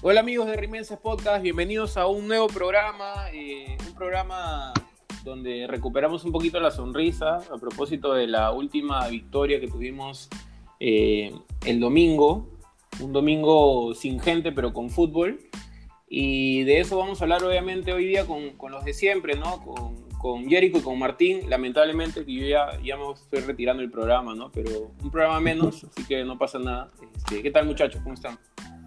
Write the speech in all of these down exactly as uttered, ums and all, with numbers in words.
Hola amigos de Rimenses Podcast, bienvenidos a un nuevo programa, eh, un programa donde recuperamos un poquito la sonrisa a propósito de la última victoria que tuvimos eh, el domingo, un domingo sin gente pero con fútbol, y de eso vamos a hablar obviamente hoy día con, con los de siempre, ¿no? Con, con Jericho y con Martín. Lamentablemente que yo ya, ya me estoy retirando del programa, ¿no? Pero un programa menos, así que no pasa nada. Este, ¿qué tal muchachos? ¿Cómo están?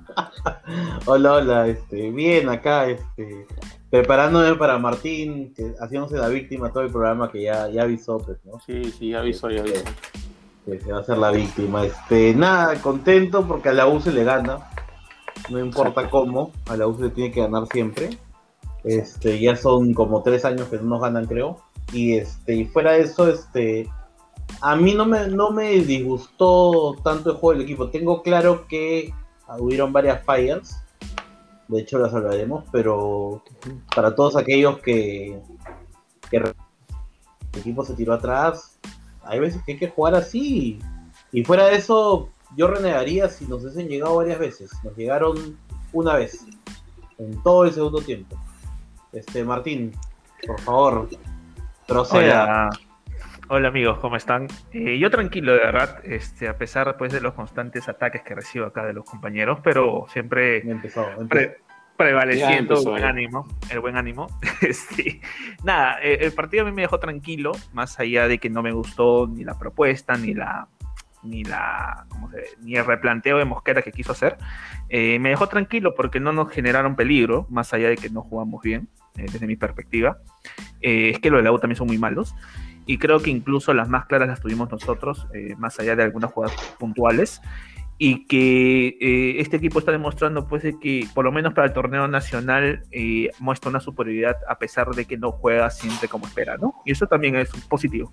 Hola, hola, este, bien acá, este, preparándome para Martín, que haciéndose la víctima todo el programa que ya, ya avisó, pues, ¿no? Sí, sí, ya aviso, ya aviso. Que se va a hacer la víctima. Este, nada, contento porque a la U se le gana, no importa Exacto. cómo, a la U se le tiene que ganar siempre. Este, ya son como tres años que no nos ganan, creo. Y este, y fuera de eso, este, a mí no me, no me disgustó tanto el juego del equipo. Tengo claro que hubieron varias fallas. De hecho las hablaremos, pero para todos aquellos que, que el equipo se tiró atrás, hay veces que hay que jugar así. Y fuera de eso, yo renegaría si nos hubiesen llegado varias veces. Nos llegaron una vez, en todo el segundo tiempo. Este, Martín, por favor, proceda. Hola, hola amigos, ¿cómo están? Eh, yo tranquilo, de verdad, este, a pesar pues, de los constantes ataques que recibo acá de los compañeros, pero siempre Empezó, empezó. pre- prevaleciendo Ya el empezó, buen ya. ánimo, el buen ánimo. Este, nada, eh, el partido a mí me dejó tranquilo, más allá de que no me gustó ni la propuesta, ni la ni la ¿cómo se ve? Ni el replanteo de Mosquera que quiso hacer. Eh, me dejó tranquilo porque no nos generaron peligro, más allá de que no jugamos bien, eh, desde mi perspectiva. Eh, es que los de la U también son muy malos. Y creo que incluso las más claras las tuvimos nosotros, eh, más allá de algunas jugadas puntuales. Y que eh, este equipo está demostrando pues de que por lo menos para el torneo nacional eh, muestra una superioridad a pesar de que no juega siempre como espera, ¿no? Y eso también es positivo.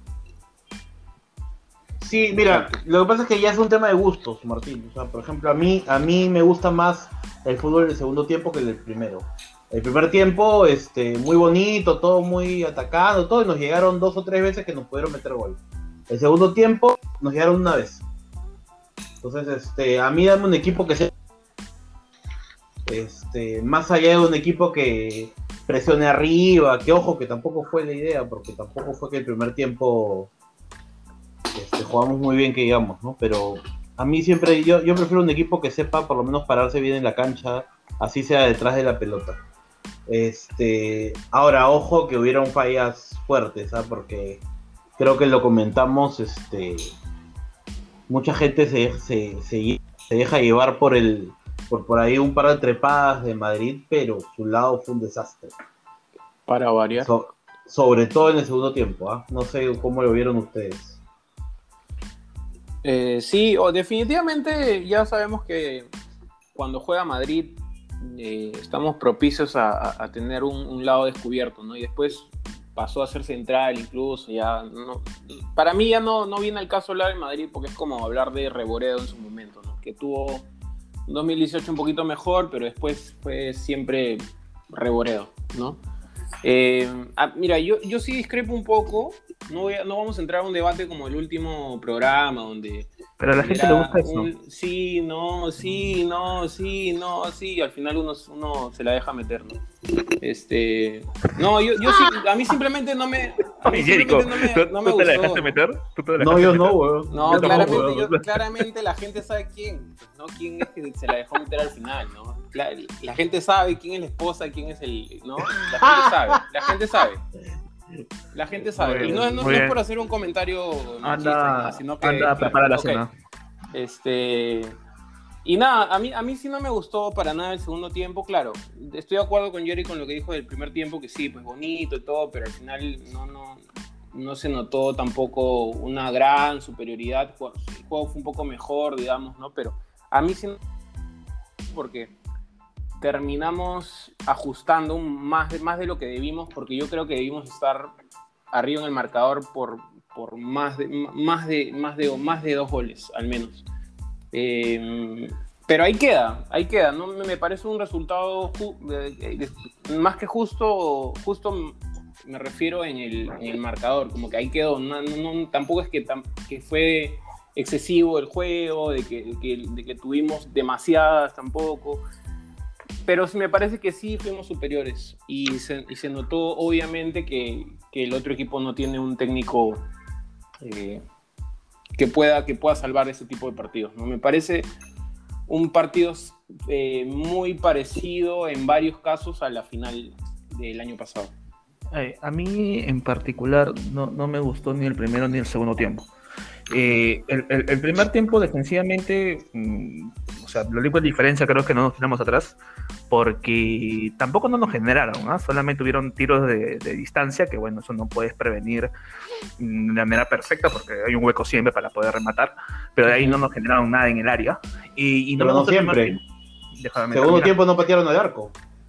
Sí, mira, lo que pasa es que ya es un tema de gustos, Martín. O sea, por ejemplo, a mí, a mí me gusta más el fútbol del segundo tiempo que el del primero. El primer tiempo, este, muy bonito, todo muy atacado, todo, y nos llegaron dos o tres veces que nos pudieron meter gol. El segundo tiempo, nos llegaron una vez. Entonces, este, a mí dame un equipo que sea, este, más allá de un equipo que presione arriba, que ojo, que tampoco fue la idea, porque tampoco fue que el primer tiempo este, jugamos muy bien, que digamos, ¿no? Pero a mí siempre, yo, yo prefiero un equipo que sepa por lo menos pararse bien en la cancha, así sea detrás de la pelota. Este, ahora, ojo que hubieron fallas fuertes, ¿ah? Porque creo que lo comentamos, este, mucha gente se, se, se, se deja llevar por el por, por ahí un par de trepadas de Madrid, pero su lado fue un desastre. Para variar. So, sobre todo en el segundo tiempo, ¿ah? No sé cómo lo vieron ustedes. Eh, sí, o definitivamente ya sabemos que cuando juega Madrid eh, estamos propicios a, a, a tener un, un lado descubierto, ¿no? Y después pasó a ser central incluso, ya no, para mí ya no, no viene al caso hablar de Madrid porque es como hablar de Reboredo en su momento, ¿no? Que tuvo un dos mil dieciocho un poquito mejor, pero después fue siempre Reboredo, ¿no? Eh, ah, mira, yo, yo sí discrepo un poco. No, voy a- no vamos a entrar a un debate como el último programa, donde Pero a la gente le era gusta eso. un sí, no, sí, no, sí, no, sí, y al final uno, uno se la deja meter, ¿no? Este, no, yo, yo sí, a mí simplemente no me, a mí Oye, Jericho, simplemente no me, ¿tú, no me tú te la gustó, dejaste ¿no? meter? ¿Tú te la No, dejaste yo meter? no, weón. No, Yo claramente, tampoco, yo, weón. claramente la gente sabe quién, pues, ¿no? Quién es que se la dejó meter al final, ¿no? La, la gente sabe quién es la esposa, quién es el, ¿no? La gente sabe, la gente sabe. La gente sabe. Muy Y no, bien, no, muy no es bien. por hacer un comentario machista ni Anda, nada, sino que, anda, claro, prepara la ok. cena. Este, y nada, a mí, a mí sí no me gustó para nada el segundo tiempo, claro. Estoy de acuerdo con Jerry con lo que dijo del primer tiempo, que sí, pues bonito y todo, pero al final no, no, no se notó tampoco una gran superioridad. El juego fue un poco mejor, digamos, ¿no? Pero a mí sí no, porque terminamos ajustando más de, más de lo que debimos, porque yo creo que debimos estar arriba en el marcador por, por más, de, más, de, más, de, más de dos goles, al menos. Eh, pero ahí queda, ahí queda. ¿No? Me parece un resultado ju- de, de, de, más que justo, justo me refiero en el, en el marcador, como que ahí quedó. No, no, tampoco es que, tam, que fue excesivo el juego, de que, de que, de que tuvimos demasiadas tampoco. pero me parece que sí fuimos superiores y se, y se notó obviamente que, que el otro equipo no tiene un técnico eh, que, pueda, que pueda salvar ese tipo de partidos, ¿no? Me parece un partido eh, muy parecido en varios casos a la final del año pasado. Eh, a mí en particular no, no me gustó ni el primero ni el segundo tiempo. Eh, el, el, el primer tiempo defensivamente, mmm, o sea, la única diferencia creo que no nos tiramos atrás porque tampoco no nos generaron, ¿no? Solamente tuvieron tiros de, de distancia, que bueno, eso no puedes prevenir de manera perfecta porque hay un hueco siempre para poder rematar, pero de ahí no nos generaron nada en el área. Y, y no, pero no siempre. Déjame Segundo terminar. Tiempo no patearon al arco.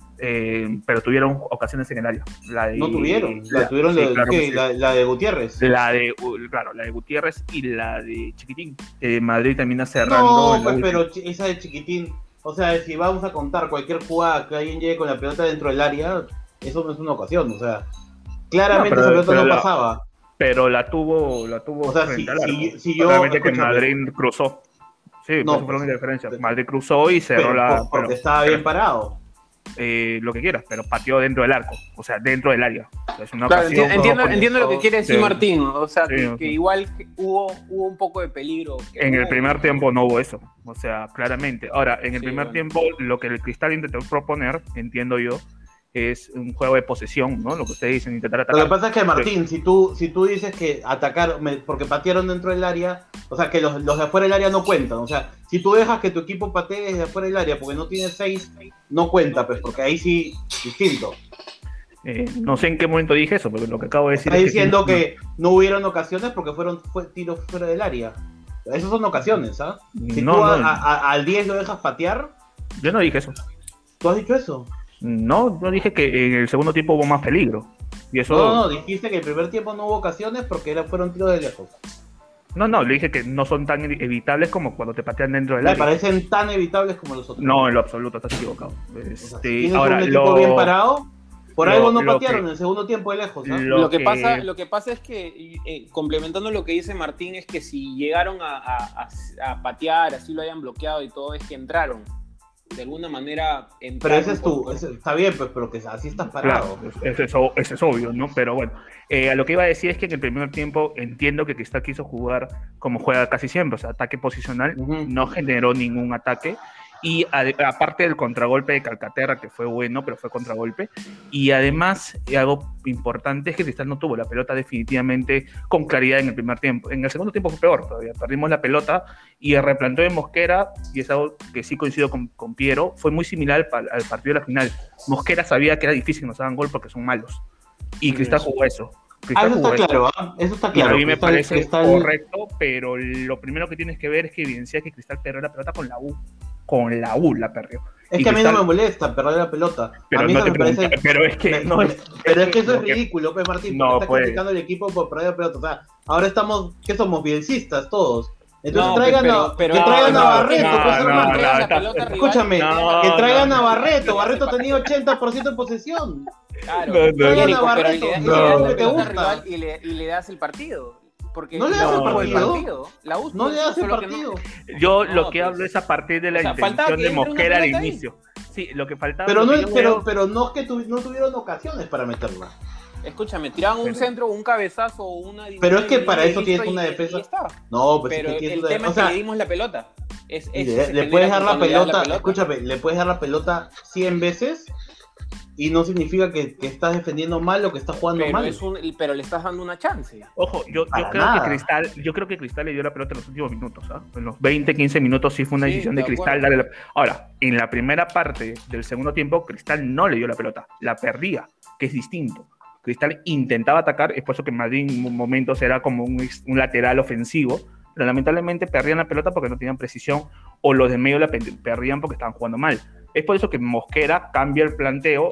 Eh, pero tuvieron ocasiones en el área. La de, no tuvieron, la, la tuvieron sí, de, claro ¿qué? Sí. La, la de Gutiérrez. La de, claro, la de Gutiérrez y la de Chiquitín. Eh, Madrid termina cerrando. No, pues, pero esa de Chiquitín, o sea, si vamos a contar cualquier jugada que alguien llegue con la pelota dentro del área, eso no es una ocasión, o sea, claramente no, pero, esa pelota no la, pasaba. Pero la tuvo, la tuvo o sea, frente si, al arco. Si, si yo, realmente que Madrid cruzó. Sí, no, eso fue la única diferencia. Madrid cruzó y cerró pero, la. Porque pero, estaba bien parado. Eh, lo que quieras, pero pateó dentro del arco, o sea, dentro del área. Es una claro, ocasión, entiendo, entiendo lo que quiere decir sí. Martín, o sea, sí, que, sí. que igual hubo, hubo un poco de peligro. En hubo... el primer tiempo no hubo eso, o sea, claramente. Ahora, en el sí, primer bueno. tiempo, lo que el Cristal intentó proponer, entiendo yo, es un juego de posesión, ¿no? Lo que ustedes dicen, intentar atacar. Lo que pasa es que, Martín, si tú, si tú dices que atacar, porque patearon dentro del área, o sea, que los, los de afuera del área no cuentan, o sea, si tú dejas que tu equipo patee desde afuera del área porque no tiene seis, no cuenta, pues, porque ahí sí, distinto. Eh, no sé en qué momento dije eso, porque lo que acabo de decir Está es diciendo que, que no hubieron ocasiones porque fueron fue, tiros fuera del área. Esas son ocasiones, ¿ah? ¿eh? Si no, tú a, no. A, a, al diez lo dejas patear... Yo no dije eso. ¿Tú has dicho eso? No, yo dije que en el segundo tiempo hubo más peligro. Y eso... No, no, dijiste que en el primer tiempo no hubo ocasiones porque era, fueron tiros de lejos. No, no, le dije que no son tan evitables como cuando te patean dentro del área. Me parecen tan evitables como los otros. No, en lo absoluto, estás equivocado. Este, o sea, si tienes ahora, un equipo lo... bien parado, por lo, algo no patearon que... en el segundo tiempo de lejos. ¿no? Lo, lo, que, que... Pasa, lo que pasa es que, eh, complementando lo que dice Martín, es que si llegaron a, a, a patear, así lo hayan bloqueado y todo, es que entraron. De alguna manera pero ese es tu, ese, está bien, pues, pero que así estás parado. Claro, eso, eso, eso es obvio, ¿no? Pero bueno, eh, a lo que iba a decir es que en el primer tiempo entiendo que Cristal quiso jugar como juega casi siempre, o sea, ataque posicional, uh-huh. no generó ningún ataque, y a, aparte del contragolpe de Calcaterra, que fue bueno, pero fue contragolpe, y además, algo importante es que Cristal no tuvo la pelota definitivamente con claridad en el primer tiempo. En el segundo tiempo fue peor todavía, perdimos la pelota, y el replanteo de Mosquera, y es algo que sí coincido con, con Piero, fue muy similar al, al partido de la final. Mosquera sabía que era difícil que nos hagan gol porque son malos, y Cristal jugó eso. Ah, eso está claro, ¿eh? Eso está claro. Y a mí me Cristal, parece Cristal... correcto, pero lo primero que tienes que ver es que evidencia que Cristal perdió la pelota con la U. Con la U la perdió. Es y que a mí Cristal... no me molesta perder la pelota. Pero, a mí no te me parece... pero es que me... no es... Pero es que eso es ridículo, pues, Martín, no, porque estás pues... criticando al equipo por perder la pelota. O sea, ahora estamos, ¿qué somos? Bielcistas todos. Entonces no, traigan pero, a, pero, que traigan no, a Barreto, no, pues, no, hermano. no, la no, pelota Escúchame, rival, que traigan no, a Barreto. no, Barreto tenía ochenta por ciento de posesión. Claro, no, no, traigan no, a Barreto, pero le, no, le, no, te gusta gusta. Y le, y le das el partido. Porque no le das no, el partido. partido. La U no le das el partido. No. Yo no, lo que pues, hablo es a partir de la o sea, intención de Mosquera al inicio. Ahí. Sí, lo que faltaba. Pero no, que pero, veo... pero no es que tu, no tuvieron ocasiones para meterla. Escúchame, tiraban un pero, centro, un cabezazo o una... Pero es que para eso tienes una defensa... Y, y no, pues pero es que el una... tema o sea, es que le dimos la pelota. Es, es, le, le puedes dar la pelota, la pelota, escúchame, le puedes dar la pelota cien veces y no significa que, que estás defendiendo mal o que estás jugando pero mal. Es un, pero le estás dando una chance. Ojo, yo, yo creo nada. que Cristal, yo creo que Cristal le dio la pelota en los últimos minutos, ¿eh? En los veinte, quince minutos sí fue una sí, decisión de, de Cristal darle la... Ahora, en la primera parte del segundo tiempo, Cristal no le dio la pelota, la perdía, que es distinto. Cristal intentaba atacar, es por eso que Madrid en momentos era como un, un lateral ofensivo, pero lamentablemente perdían la pelota porque no tenían precisión, o los de medio la perdían porque estaban jugando mal. Es por eso que Mosquera cambia el planteo,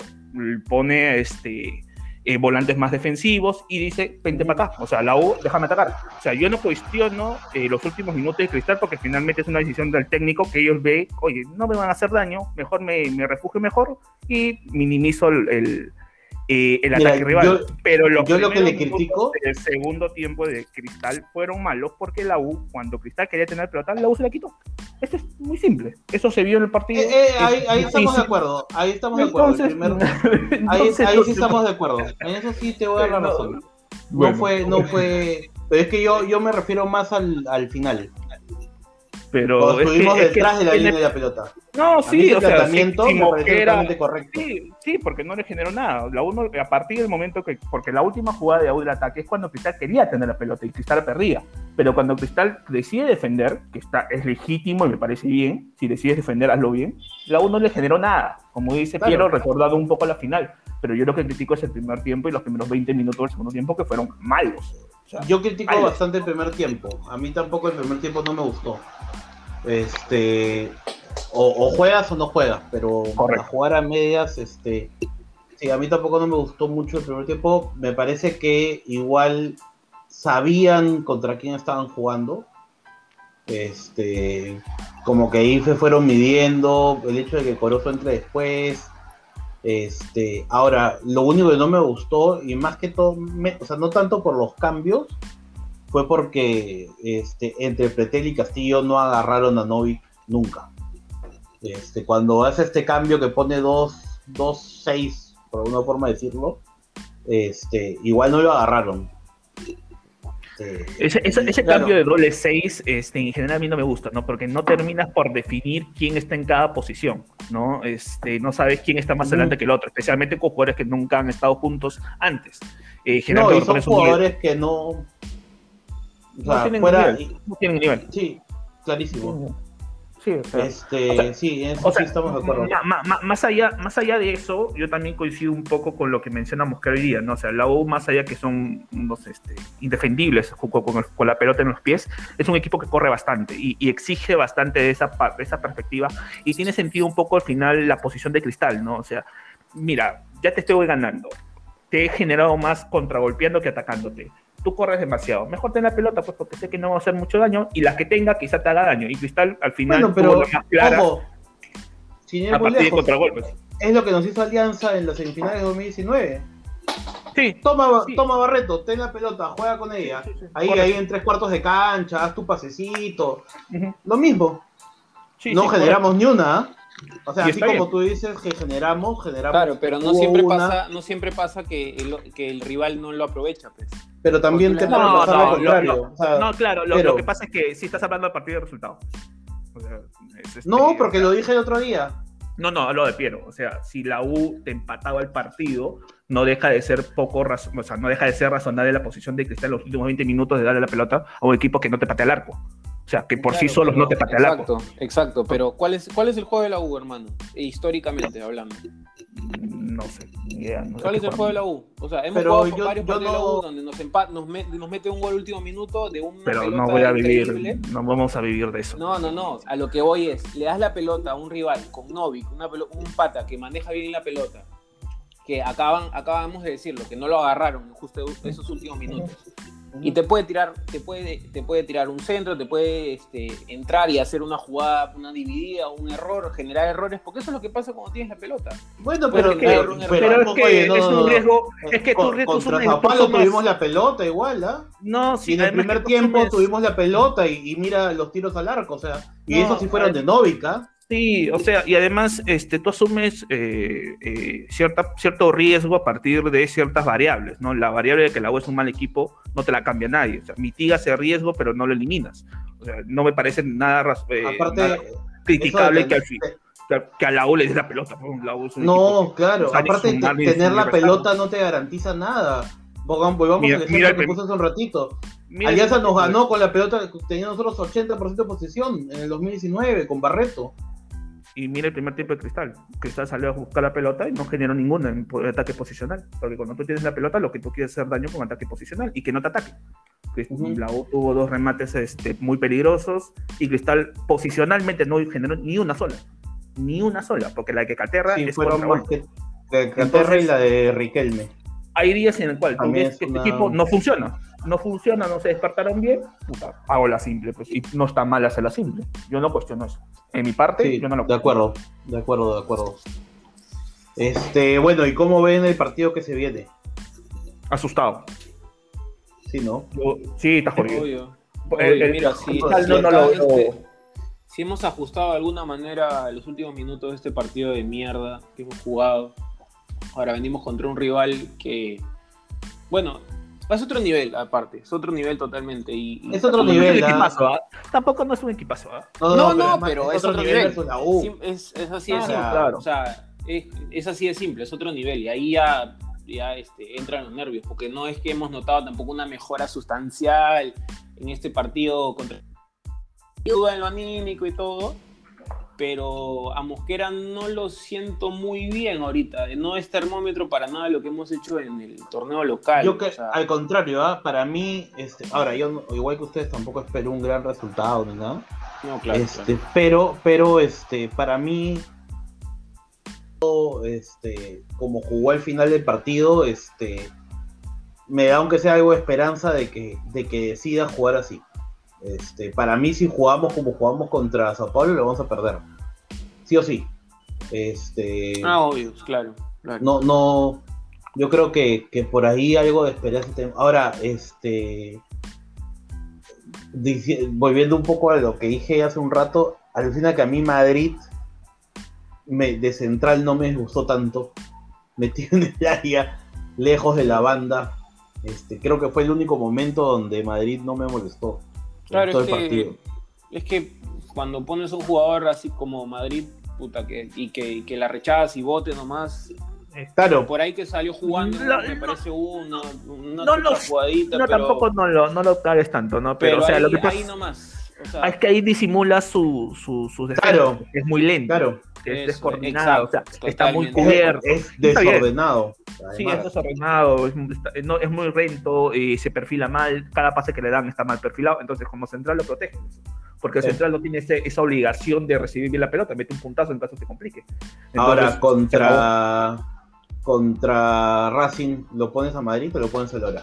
pone este, eh, volantes más defensivos y dice, vente para acá, o sea, la U, déjame atacar. O sea, yo no cuestiono eh, los últimos minutos de Cristal porque finalmente es una decisión del técnico que ellos ven, oye, no me van a hacer daño, mejor me, me refugio mejor y minimizo el, el, eh, el Mira, ataque rival. yo, pero los yo lo que le primeros critico... minutos del segundo tiempo de Cristal fueron malos porque la U, cuando Cristal quería tener pelota, la U se la quitó. Esto es muy simple. Eso se vio en el partido. Eh, eh, ahí, ahí Es estamos de difícil. acuerdo, ahí estamos de acuerdo. El Entonces, primer- ahí, entonces, ahí no- sí estamos de acuerdo. En eso sí te voy a dar la No, razón. No bueno. fue, no fue. Pero es que yo, yo me refiero más al, al final. Pero Cuando es que- estuvimos es que detrás de la tiene- línea de la pelota. No, A mí sí, ese o sea, sí, planteamiento sí, me pareció Mosquera- totalmente correcto. Sí, sí, porque no le generó nada. La uno, a partir del momento que, porque la última jugada de la U del ataque es cuando Cristal quería tener la pelota y Cristal la perdía. Pero cuando Cristal decide defender, que está, es legítimo y me parece bien, si decides defender, hazlo bien, la U no le generó nada. Como dice Claro. Piero, recordado un poco la final. Pero yo lo que critico es el primer tiempo y los primeros veinte minutos del segundo tiempo que fueron malos. O sea, Yo critico malos. bastante el primer tiempo. A mí tampoco el primer tiempo no me gustó. Este, o, o juegas o no juegas, pero Correcto. a jugar a medias, este, sí, a mí tampoco no me gustó mucho el primer tiempo. Me parece que igual sabían contra quién estaban jugando. Este, como que ahí se fueron midiendo el hecho de que Corozo entre después. Este, ahora, lo único que no me gustó, y más que todo, me- o sea, no tanto por los cambios, fue porque este, entre Pretel y Castillo no agarraron a Novik nunca. Este, cuando hace este cambio que pone dos seis, por alguna forma decirlo, este, igual no lo agarraron. Este, Ese, ese, ese claro, cambio de doble seis, este, en general a mí no me gusta, ¿no? Porque no terminas por definir quién está en cada posición, ¿no? Este, no sabes quién está más Ujú. adelante que el otro, especialmente con jugadores que nunca han estado juntos antes. Eh, no, generalmente y los son roles son muy- jugadores que no. O no sea, tienen fuera. nivel, no tienen nivel. Sí, clarísimo. Sí, o sea, Este, o sea, sí, en eso O sea, sí estamos de acuerdo. ma- ma- más, allá, más allá de eso, yo también coincido un poco con lo que mencionamos que hoy día, ¿no? O sea, la U, más allá que son unos este, indefendibles con, con- con- con la pelota en los pies, es un equipo que corre bastante y, y exige bastante de esa, pa- de esa perspectiva. Y tiene sentido un poco al final la posición de Cristal, ¿no? O sea, mira, ya te estoy ganando. Te he generado más contragolpeando que atacándote. Tú corres demasiado. Mejor ten la pelota, pues, porque sé que no va a hacer mucho daño. Y las que tenga, quizá te haga daño. Y Cristal, al final, Bueno, tuvo pero, las más claras ojo, sin ir a muy partir de lejos, contragolpes. es lo que nos hizo Alianza en las semifinales de dos mil diecinueve. Sí, Toma, Sí. toma Barreto, ten la pelota, juega con ella. Sí, sí, sí. Ahí, Correcto. ahí en tres cuartos de cancha, haz tu pasecito. Ujú. Lo mismo. Sí, no sí, generamos ni una. ¿ah? O sea, Y así está como bien. tú dices que generamos, generamos. Claro, pero no hubo siempre una, pasa, no siempre pasa que el, que el rival no lo aprovecha, pues. Pero también te No, puede pasar lo no, contrario. lo- o sea, no, claro, lo, pero- lo que pasa es que si estás hablando a partir de resultados. O sea, es este- no, porque lo dije el otro día. No, no, hablo de Piero. O sea, si la U te empataba el partido, no deja de ser poco raz- o sea, no deja de ser razonable la posición de Cristal en los últimos veinte minutos de darle la pelota a un equipo que no te patea al arco. O sea, que por sí Claro, solos pero- no te patea al arco. Exacto, exacto. Pero ¿cuál es, cuál es el juego de la U, hermano? E históricamente hablando. No sé, ni idea. No sé ¿Cuál qué es el juego de la U? O sea, hemos Pero jugado yo- varios yo partidos de la no- U donde nos, empa- nos, met- nos mete un gol último minuto de una Pero pelota no voy a vivir, increíble. no vamos a vivir de eso. No, no, no. A lo que voy es, le das la pelota a un rival con Novik, una pelo- un pata que maneja bien la pelota, que acaban, acabamos de decirlo, que no lo agarraron en justo esos últimos minutos. Y te puede tirar, te puede, te puede tirar un centro, te puede este, entrar y hacer una jugada, una dividida, un error, generar errores, porque eso es lo que pasa cuando tienes la pelota. Bueno, Pero pero, es que- pero, Pero es que oye, no, es no, un no. riesgo, es que tú, Con- tú contra sumas- Sao tú Paulo sumas- tuvimos la pelota igual, ¿ah? No, Y sí, en el además primer que tú tiempo sumes- tuvimos la pelota y, y mira los tiros al arco, o sea, y No, esos sí fueron a de ver. Novik, ¿ah? Sí, o sea, y además este, tú asumes eh, eh, cierta, cierto riesgo a partir de ciertas variables, ¿no? La variable de que la U es un mal equipo no te la cambia nadie, o sea, mitigas ese riesgo pero no lo eliminas. O sea, no me parece nada, raz- eh, Aparte, nada criticable eso de- que, al fin, que, que a la U le des la pelota, ¿no? La U es un equipo no, que claro, los años aparte son te- más tener la universales. pelota no te garantiza nada. Volvamos, volvamos Mira- al mira ejemplo el que prim- puse hace un ratito. Mira, Alianza el- nos ganó con la pelota, teníamos nosotros ochenta por ciento de posesión en el dos mil diecinueve con Barreto. Y mira el primer tiempo de Cristal. Cristal salió a buscar la pelota y no generó ningún en- en ataque posicional. Porque cuando tú tienes la pelota, lo que tú quieres es hacer daño con ataque posicional y que no te ataque. Crist- Ujú. La U tuvo dos remates este, muy peligrosos y Cristal posicionalmente no generó ni una sola. Ni una sola, porque la que Caterra Sí, es fueron más contragolpe. que de Caterra y la de Riquelme. Hay días en el cual tú También ves es que este una- equipo no funciona. No funciona, no se despertaron bien. Puta, hago la simple, pues. Y no está mal hacer la simple. Yo no cuestiono eso. En mi parte, Sí, yo no lo de acuerdo, de acuerdo, de acuerdo. Este, bueno, ¿y cómo ven el partido que se viene? Asustado. Sí, ¿no? Yo- sí, está jodido. Obvio. El- Obvio, el- mira, si, no, si no, no, acá, no, este, si hemos ajustado de alguna manera los últimos minutos de este partido de mierda que hemos jugado, ahora venimos contra un rival que, bueno, es otro nivel aparte, es otro nivel totalmente. Y, y- Es otro Tampoco nivel, no es un ¿ah? equipazo, ¿ah? Tampoco no es un equipazo, ¿ah? No, no, es más- pero es otro nivel. versus la U. Sí, es, es así de Ah, simple. claro. O sea, es, es así de simple, es otro nivel. Y ahí ya, ya este, entran los nervios, porque no es que hemos notado tampoco una mejora sustancial en este partido contra ayuda en lo anímico y todo. Pero a Mosquera no lo siento muy bien ahorita. No es termómetro para nada lo que hemos hecho en el torneo local. Yo que, o sea, al contrario, ¿ah? Para mí, este, ahora yo no- igual que ustedes tampoco espero un gran resultado ni nada. no, claro, este, claro. pero, pero este, para mí, este, como jugó al final del partido, este, me da aunque sea algo de esperanza de que, de que decida jugar así. Este, para mí, si jugamos como jugamos contra Sao Paulo, lo vamos a perder. Sí o sí. Este, Ah, obvio, claro. claro. no, no, yo creo que, que por ahí algo de esperanza. tem- Ahora, este, dici- volviendo un poco a lo que dije hace un rato, alucina que a mí Madrid me, de central no me gustó tanto, metido en el área, lejos de la banda. Este, creo que fue el único momento donde Madrid no me molestó en Claro, todo es el que, partido. es que cuando pones un jugador así como Madrid, puta, que, y que, y que la rechazas y bote nomás, Claro, por ahí que salió jugando, No, me no, parece una, una no que lo- otra jugadita, No, pero, tampoco no lo, no lo cagues tanto, ¿no? Pero, pero o sea, ahí, lo que pasa ahí nomás. O sea, es que ahí disimula su, su, sus defectos. Claro. Es muy lento, claro, es Eso, descoordinado, exacto, o sea, está muy totalmente. cubierto. es Está bien. desordenado. Sí, además. es desordenado, es, está- no, es muy rento, eh, se perfila mal, cada pase que le dan está mal perfilado, entonces como central lo protegen. Porque el Sí. central no tiene ese- esa obligación de recibir bien la pelota, mete un puntazo en caso se complique. Ahora, Entonces, contra contra Racing, ¿lo pones a Madrid o lo pones a Lora?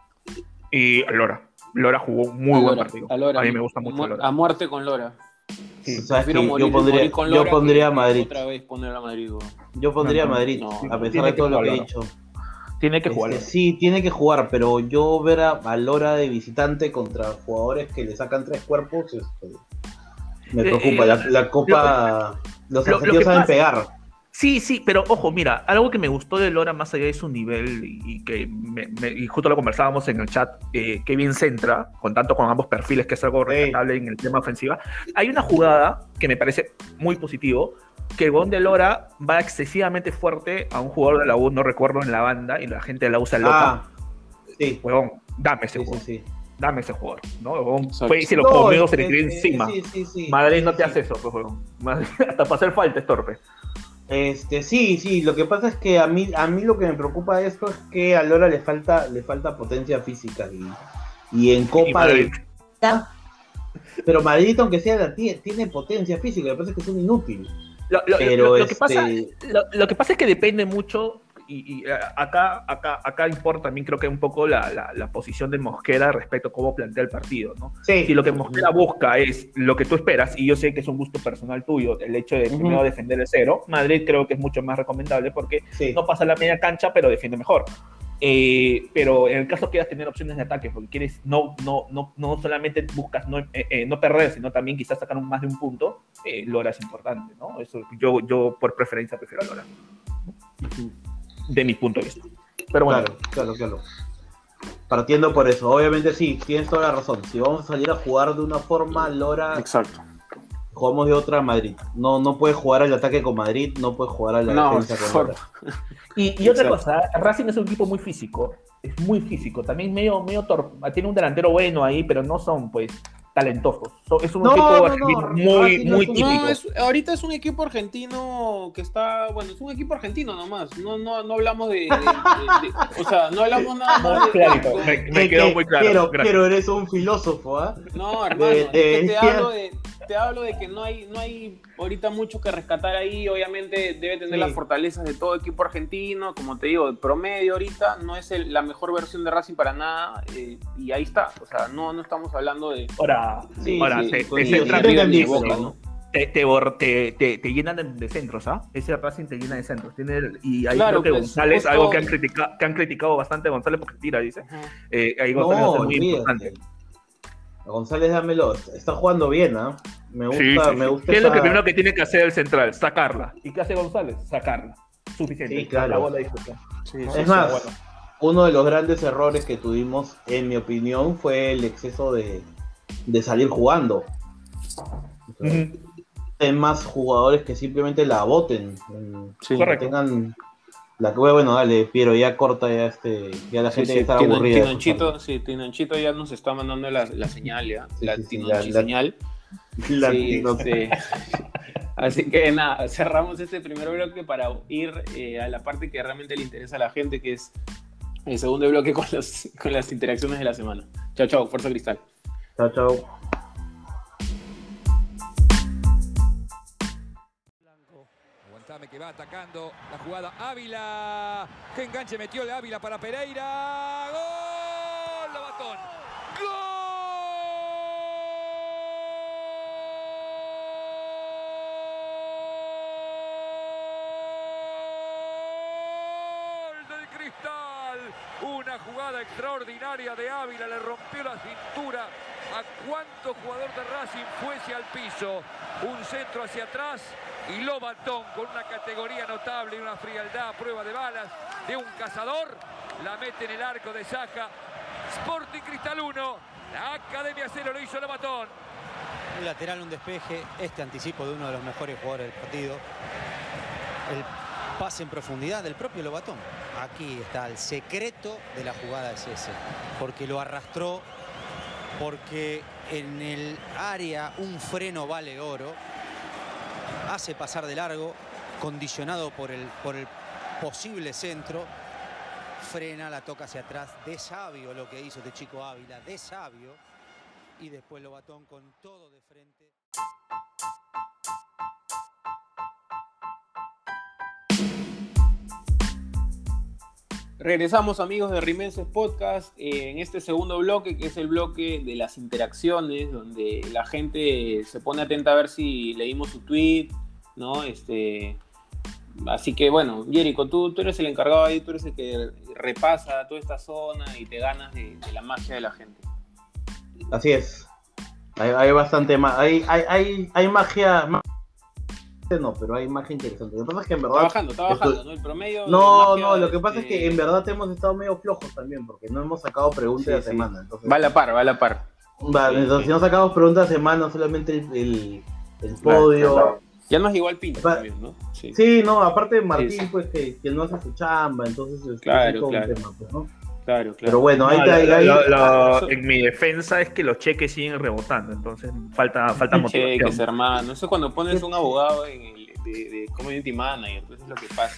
y Lora, Lora jugó un muy a buen Lora, partido. a Lora, A mí me gusta mucho mu- Lora. A muerte con Lora. Sí. ¿Sabes Prefiero qué? morir- Yo pondría, morir con yo Lora pondría que- a Madrid. Otra vez poner a Madrid. weón. Yo pondría No, no, a Madrid, no, a no, pesar tiene de todo que lo que he jugar dicho. Tiene que Este, jugar. sí, tiene que jugar, pero yo ver a, a Lora de visitante contra jugadores que le sacan tres cuerpos, este, me Eh, preocupa. eh, La, la copa, los lo- lo argentinos que saben pasa- pegar. Sí, sí, pero ojo, mira, algo que me gustó de Lora más allá de su nivel y, y que me- me- y justo lo conversábamos en el chat, eh, que bien centra, con tanto con ambos perfiles, que es algo Sí. rescatable en el tema ofensiva. Hay una jugada que me parece muy positivo, que el gol de Lora va excesivamente fuerte a un jugador de la U, no recuerdo, en la banda, y la gente de la U se loca. Ah, sí, Huevón, dame ese sí, sí, jugador, sí. dame ese jugador, ¿no? Huevón, Exacto. fue y se lo No, comió, es- se le tiró es- encima. sí, sí, sí. Madrid no Sí, te sí. hace eso, pues, huevón. Madrid, hasta para hacer falta es torpe. Este, sí, sí, lo que pasa es que a mí, a mí lo que me preocupa de esto es que a Lora le falta, le falta potencia física y, y en Copa Madrid. de... Pero Madrid, aunque sea la tiene, tiene potencia física, lo que pasa es que es un inútil. Lo, lo- Pero lo- lo este... que pasa, lo, lo que pasa es que depende mucho, y, y, eh, acá, acá, acá importa también creo que un poco la, la, la posición de Mosquera respecto a cómo plantea el partido, ¿no? sí, Si lo que Mosquera busca es lo que tú esperas, y yo sé que es un gusto personal tuyo, el hecho de Ujú. primero defender el cero, Madrid creo que es mucho más recomendable porque sí. no pasa la media cancha, pero defiende mejor. Eh, pero en el caso que quieras tener opciones de ataque, porque quieres no, no, no, no solamente buscas no, eh, eh, no perder, sino también quizás sacar un, más de un punto, eh, Lora es importante, ¿no? Eso, yo, yo por preferencia prefiero a Lora, de mi punto de vista. Pero bueno, Claro, claro, claro. Partiendo por eso, obviamente sí, tienes toda la razón. Si vamos a salir a jugar de una forma, Lora, Exacto. jugamos de otra Madrid. No, no puedes jugar al ataque con Madrid, no puedes jugar a la No, defensa con for- Lora. Y, y otra Exacto. cosa, Racing es un equipo muy físico, es muy físico, también medio, medio torpe, tiene un delantero bueno ahí, pero no son pues talentosos, So- es un No, equipo no, no, argentino muy, Racing no muy es un- típico. No, es, ahorita es un equipo argentino que está, bueno, es un equipo argentino nomás, no, no, no hablamos de, de- de- de- o sea, no hablamos nada más Muy de, clarito, de- me, me Que- quedó que- muy claro. Pero, gracias. pero eres un filósofo, ¿ah? no, hermano, de- es que de- te hablo de, te hablo de que no hay, no hay ahorita mucho que rescatar ahí, obviamente debe tener Sí. las fortalezas de todo equipo argentino, como te digo, el promedio ahorita no es el- la mejor versión de Racing para nada, eh, y ahí está, o sea, no, no estamos hablando de... Ahora, Sí, ahora sí, se, con- se sí, centra sí, bien, entendí, pero- Boca, ¿no? te, te, bor- te, te, te llenan de, de centros, ¿ah? Ese Racing te llena de centros. Tiene el- y ahí Claro, creo que pues, González, justo- algo que han, critica, que han criticado bastante a González porque tira, dice. Ajá. Eh, ahí González va a No, ser muy importante. olvídate. González Dámelo está jugando bien, ¿ah? Me gusta, Sí, sí, me sí. gusta ¿Qué es lo esa- que primero que tiene que hacer el central? Sacarla. ¿Y qué hace González? Sacarla. Suficiente. Sí, claro. Acabó la discusión. Sí, ¿No? sí, Es sí, más, bueno. uno de los grandes errores que tuvimos, en mi opinión, fue el exceso de, de salir jugando. O sea, Ujú. hay más jugadores que simplemente la boten. mm, Sí. que Correcto. tengan la que bueno, dale, Piero, ya corta ya este, ya la Sí, gente sí, está Tino- aburrida. de Tinonchito, escucharlo. sí, Tinonchito ya nos está mandando la, la señal, ya, Sí, la sí, sí, Tinonchi la- la- señal. La- Sí, no- este, así que nada, cerramos este primer bloque para ir eh, a la parte que realmente le interesa a la gente, que es el segundo bloque con, los, con las interacciones de la semana. Chao, chao, Fuerza Cristal. Chao, chao. Aguantame que va atacando la jugada Ávila. Qué enganche metió el Ávila para Pereira. ¡Gol! Lobatón. ¡Gol del Cristal! Una jugada extraordinaria de Ávila. Le rompió la cintura a cuánto jugador de Racing fuese al piso. Un centro hacia atrás. Y Lobatón, con una categoría notable y una frialdad a prueba de balas de un cazador, la mete en el arco de Saja. Sporting Cristal uno, la Academia cero, lo hizo Lobatón. Un lateral, un despeje, este anticipo de uno de los mejores jugadores del partido. El pase en profundidad del propio Lobatón. Aquí está el secreto de la jugada, es ese. Porque lo arrastró, porque en el área un freno vale oro. Hace pasar de largo, condicionado por el, por el posible centro. Frena, la toca hacia atrás. De sabio lo que hizo este chico Ávila, de sabio. Y después Lobatón con todo de frente. Regresamos, amigos de Rimenses Podcast, eh, en este segundo bloque, que es el bloque de las interacciones, donde la gente se pone atenta a ver si leímos su tweet, ¿no? Este, así que bueno, Jerico, tú, tú eres el encargado ahí, tú eres el que repasa toda esta zona y te ganas de, de la magia de la gente. Así es. Hay, hay bastante más. Hay, hay, hay, hay magia. ma- No, pero hay magia interesante. Lo que pasa es que en verdad. Está bajando, está bajando, esto- ¿no? El promedio. No, de no, magia, lo que pasa es este, que en verdad hemos estado medio flojos también, porque no hemos sacado preguntas Sí, de la sí. semana. Entonces, Va a la par, va a la par. va, sí, entonces sí. si no sacamos preguntas de semana, solamente el, el, el Claro, podio. claro. Ya nos llegó al pincho Va- también, ¿no? Sí. Sí, no, aparte de Martín, Sí, sí. pues que, que no hace su chamba, entonces es Claro, todo un claro. tema, pues, ¿no? Claro, claro. Pero bueno, ahí No, está. ahí- lo- ahí- lo- lo- eso- en mi defensa es que los cheques siguen rebotando, entonces falta, falta motivación. Cheques, hermano. Eso es cuando pones un abogado en el de, de community manager, entonces es lo que pasa.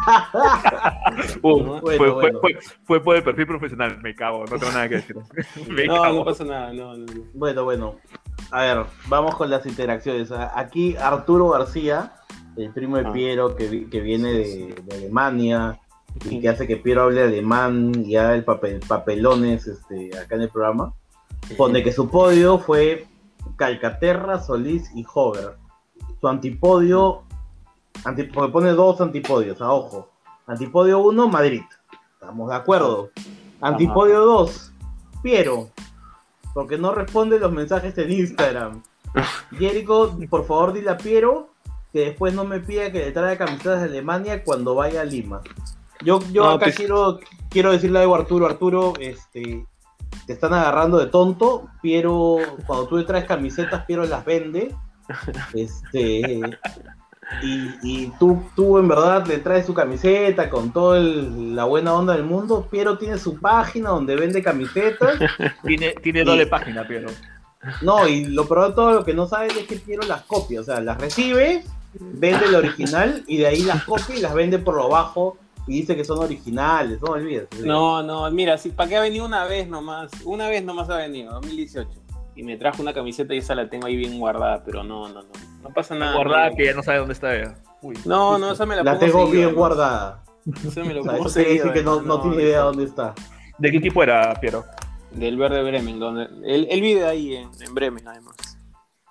Uh, Bueno, fue, bueno. fue- fue- fue por el perfil profesional, me cago, no tengo nada que decir. Me No, cago. no pasa nada, no, no, no. Bueno, bueno. A ver, vamos con las interacciones. A- Aquí Arturo García, el primo de Ah. Piero, que, vi- que viene de, de Alemania y que hace que Piero hable alemán y haga el papel, papelones este, acá en el programa, pone que su podio fue Calcaterra, Solís y Hover. Su antipodio, anti- porque pone dos antipodios, a ojo. Antipodio uno, Madrid. Estamos de acuerdo. Antipodio dos, Piero. Porque no responde los mensajes en Instagram. Jerico, por favor dile a Piero que después no me pida que le traiga camisetas de Alemania cuando vaya a Lima. Yo, yo No, acá pues- quiero, quiero decirle algo a Arturo. Arturo, este, te están agarrando de tonto. Piero, cuando tú le traes camisetas, Piero las vende. Este, y, y tú, tú en verdad le traes su camiseta con toda la buena onda del mundo. Piero tiene su página donde vende camisetas. Tiene, tiene Sí. doble página, pero. No, y lo peor de todo lo que no sabes es que Piero las copia, o sea, las recibe, vende el original y de ahí las copia y las vende por lo bajo y dice que son originales, no olvides. No, no, mira, si, ¿para qué ha venido una vez nomás? Una vez nomás ha venido, dos mil dieciocho. Y me trajo una camiseta y esa la tengo ahí bien guardada, pero no, no, no. No pasa nada. Guardada no. que ya no sabe dónde está ella. Uy. No, no, esa me la, La pongo tengo seguido, bien además. guardada. Eso me lo O sea, pongo eso quiere decir seguido, que no, además, no tiene idea eso- dónde está. ¿De qué equipo era, Piero? Del Verde Bremen, donde él, él vive ahí en, en Bremen, además.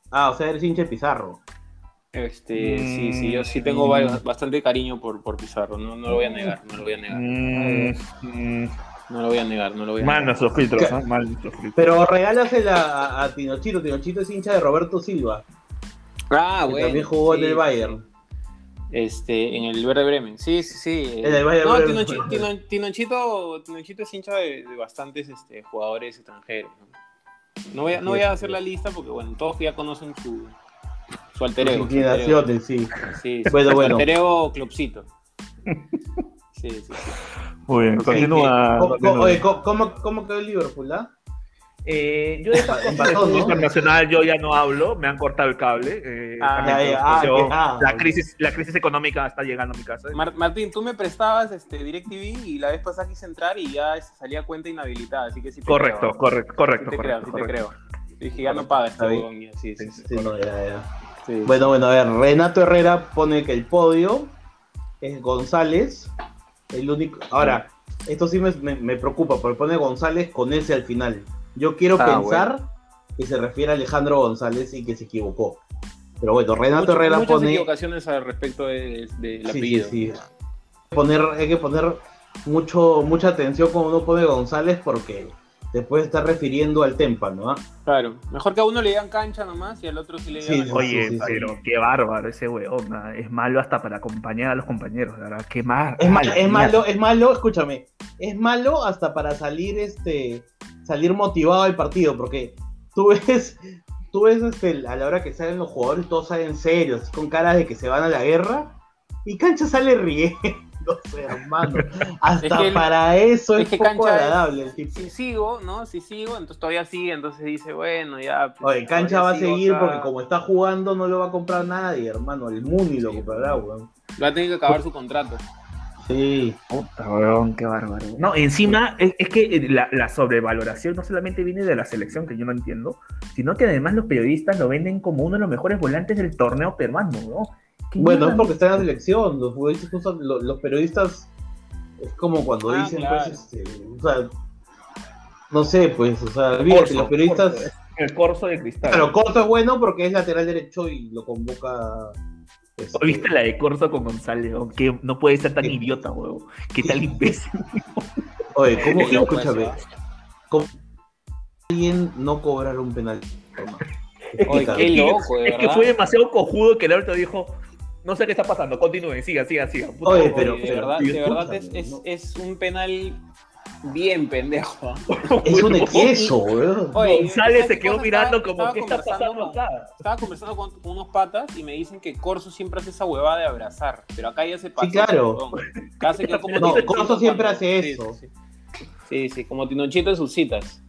Ah, o sea, eres hincha de Pizarro. Este, sí, sí, yo sí tengo varios- bastante cariño por, por Pizarro, no, no lo voy a negar, no lo voy a negar. Mm, mm, No lo voy a negar, no lo voy a mal negar. nuestros filtros, ¿Qué? ¿no? Mal nuestros filtros. Pero regálasela a, a Tinochito. Tinochito es hincha de Roberto Silva, Ah, que bueno. también jugó sí, en el sí. Bayern. Este, en el Verde Bremen. Sí, sí, sí. En el Bayern No, Bremen. Tinochi- Tino- Tinochito, Tinochito es hincha de, de bastantes este, jugadores extranjeros. ¿no? No voy a, no voy a hacer la lista porque, bueno, todos ya conocen su, su alter ego. Sus su alter ego. inclinaciones, sí. Sí, Bueno, su bueno. alter ego Clubcito. Sí, sí, sí. Muy bien, Ok, continúa. ¿Cómo, continúa. cómo- oye, ¿cómo, cómo, cómo quedó el Liverpool, ah? Eh, yo de esta cosa Empató, de fútbol ¿no? internacional yo ya no hablo, me han cortado el cable. eh, Ah, también ya, por ya, ah, situación, que- ah, la ok. crisis, la crisis económica está llegando a mi casa. Mar- Martín, tú me prestabas este, DirecTV y la vez pasada quise entrar y ya este, salía cuenta inhabilitada, así que sí te Correcto, creo. correcto, Sí correcto, te creo, correcto, sí correcto. te creo. Dije, ya no paga este Está bien. huevón, ya, sí, sí, sí. Sí, no, ya, ya. Sí. Bueno, bueno, a ver, Renato Herrera pone que el podio es González, el único... Ahora, esto sí me, me, me preocupa, porque pone González con ese al final. Yo quiero Ah, pensar que se refiere a Alejandro González y que se equivocó. Pero bueno, Renato Mucho- Herrera muchas pone... equivocaciones al respecto de- de- del Sí, sí, apellido. sí. Poner, hay que poner mucho, mucha atención cuando uno pone González porque te puede estar refiriendo al témpano, ¿ah? Claro, mejor que a uno le digan cancha nomás y al otro sí le Sí, digan... sí, Oye, sí, sí. pero qué bárbaro ese weón, ¿no? Es malo hasta para acompañar a los compañeros, la verdad, qué más. Es, ma- mala es mierda. malo, es malo, escúchame, es malo hasta para salir este salir motivado al partido, porque tú ves, tú ves este, a la hora que salen los jugadores, todos salen serios, así con caras de que se van a la guerra, y Cancha sale riendo, hermano. Hasta Es que el- para eso es, es que poco Cancha es- agradable el tipo. Si sigo, ¿no? Si sigo, entonces todavía sigue, entonces dice, bueno, ya... pues, Oye, Cancha todavía va a sigo seguir acá. porque como está jugando no lo va a comprar nadie, hermano. El Muni lo Sí, comprará, weón. Va a tener que acabar su contrato. Sí. Puta, weón, qué bárbaro. No, encima es, es que la, la sobrevaloración no solamente viene de la selección, que yo no entiendo, sino que además los periodistas lo venden como uno de los mejores volantes del torneo peruano, ¿no? ¿Qué Bueno, mierda? es porque está en la selección. Los futbolistas usan- lo- los periodistas es como cuando Ah, dicen, claro. pues, este, o sea, no sé, pues, o sea, olvídate, Corso, los periodistas. Corso, el corso de cristal. Claro, Corto es bueno porque es lateral derecho y lo convoca. este, ¿Viste la de Corso con González? weón? Que no puede ser tan ¿Qué? idiota, weón. ¿Qué tal imbécil? Oye, ¿cómo Qué loco escúchame? eso, ¿Cómo alguien no cobrar un penal? Oye, qué loco, de Es que verdad. fue demasiado cojudo que el árbitro dijo, no sé qué está pasando, continúen, sigan, sigan, sigan. Puta, Oye, Oye, pero- de pero- verdad, pero de verdad es, escúchame, es, ¿no? es un penal bien pendejo. Es un weón. exceso, weón. Oye, González ¿sabes se qué quedó cosa? mirando Estaba- como, estaba ¿qué está conversando pasando con- acá? Estaba conversando con, con unos patas y me dicen que Corso siempre hace esa huevada de abrazar, pero acá ya se pasó. claro. perdón. Acá se quedó como No, Tinochito Corso siempre cuando- hace sí, eso. Sí, sí. Sí, sí, como Tinochito en sus citas.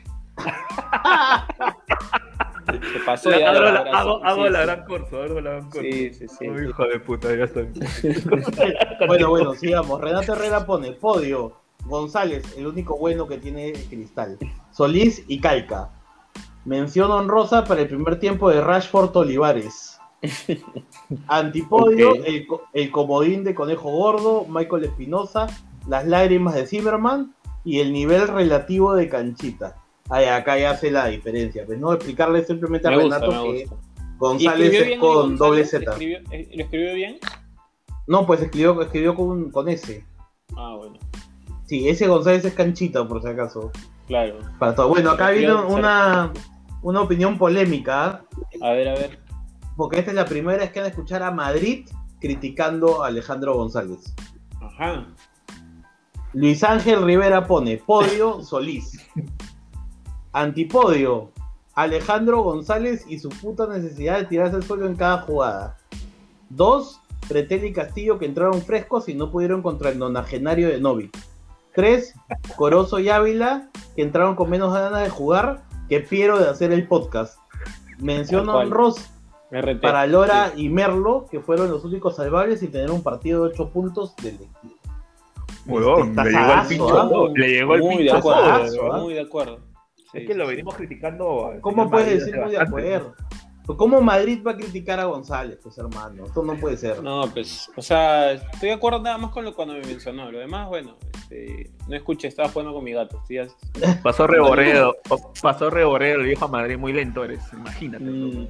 Se pasó La- ya de hago la, abrazo. hago, hago Sí, la sí. gran Corso, hago la gran Corso. Sí, sí, sí. Oh, hijo de puta, ya estoy. Bueno, bueno, sigamos. Renato Herrera pone podio. González, el único bueno que tiene Cristal. Solís y Calca. Mención honrosa para el primer tiempo de Rashford Olivares. Antipodio, Ok. el, co- el comodín de Conejo Gordo, Michael Espinosa, las lágrimas de Zimmerman y el nivel relativo de Canchita. Ay, acá ya hace la diferencia. Pues no explicarle simplemente a Me gusta, Renato me que gusta. ¿Y González escribió es bien con González? doble Z. ¿Escribió, eh, ¿Lo escribió bien? No, pues escribió, escribió con, con S. Ah, bueno, Sí, ese González es Canchita, por si acaso. claro. Para todo. Bueno, acá viene Escribió- una, una opinión polémica, A ver, a ver. porque esta es la primera vez que van a escuchar a Madrid criticando a Alejandro González. Ajá. Luis Ángel Rivera pone podio Solís. Antipodio Alejandro González y su puta necesidad de tirarse al suelo en cada jugada. Dos, Pretel y Castillo que entraron frescos y no pudieron contra el nonagenario de Novik. Tres, Corozo y Ávila que entraron con menos ganas de jugar que Piero de hacer el podcast. Mención Tal cual. honrosa R T. para Lora Sí. y Merlo, que fueron los únicos salvables y tener un partido de ocho puntos del equipo. Huevón, Está le llegó el sagazo, pincho, ¿ah? le llegó el Muy de pincho. acuerdo. sagazo, ¿ah? Muy de acuerdo. Sí, Es que sí, lo sí. venimos criticando. al ¿Cómo señor puedes Madrid decir hace muy de bastante, acuerdo? Pues, ¿cómo Madrid va a criticar a González, pues hermano? Esto no puede ser. No, pues, o sea, estoy de acuerdo nada más con lo cuando me mencionó. Lo demás, bueno, este, no escuché, estaba jugando con mi gato. Sí, ya- ¿no? Pasó reborrero, pasó reborrero, le dijo a Madrid, muy lento eres, imagínate. Mm,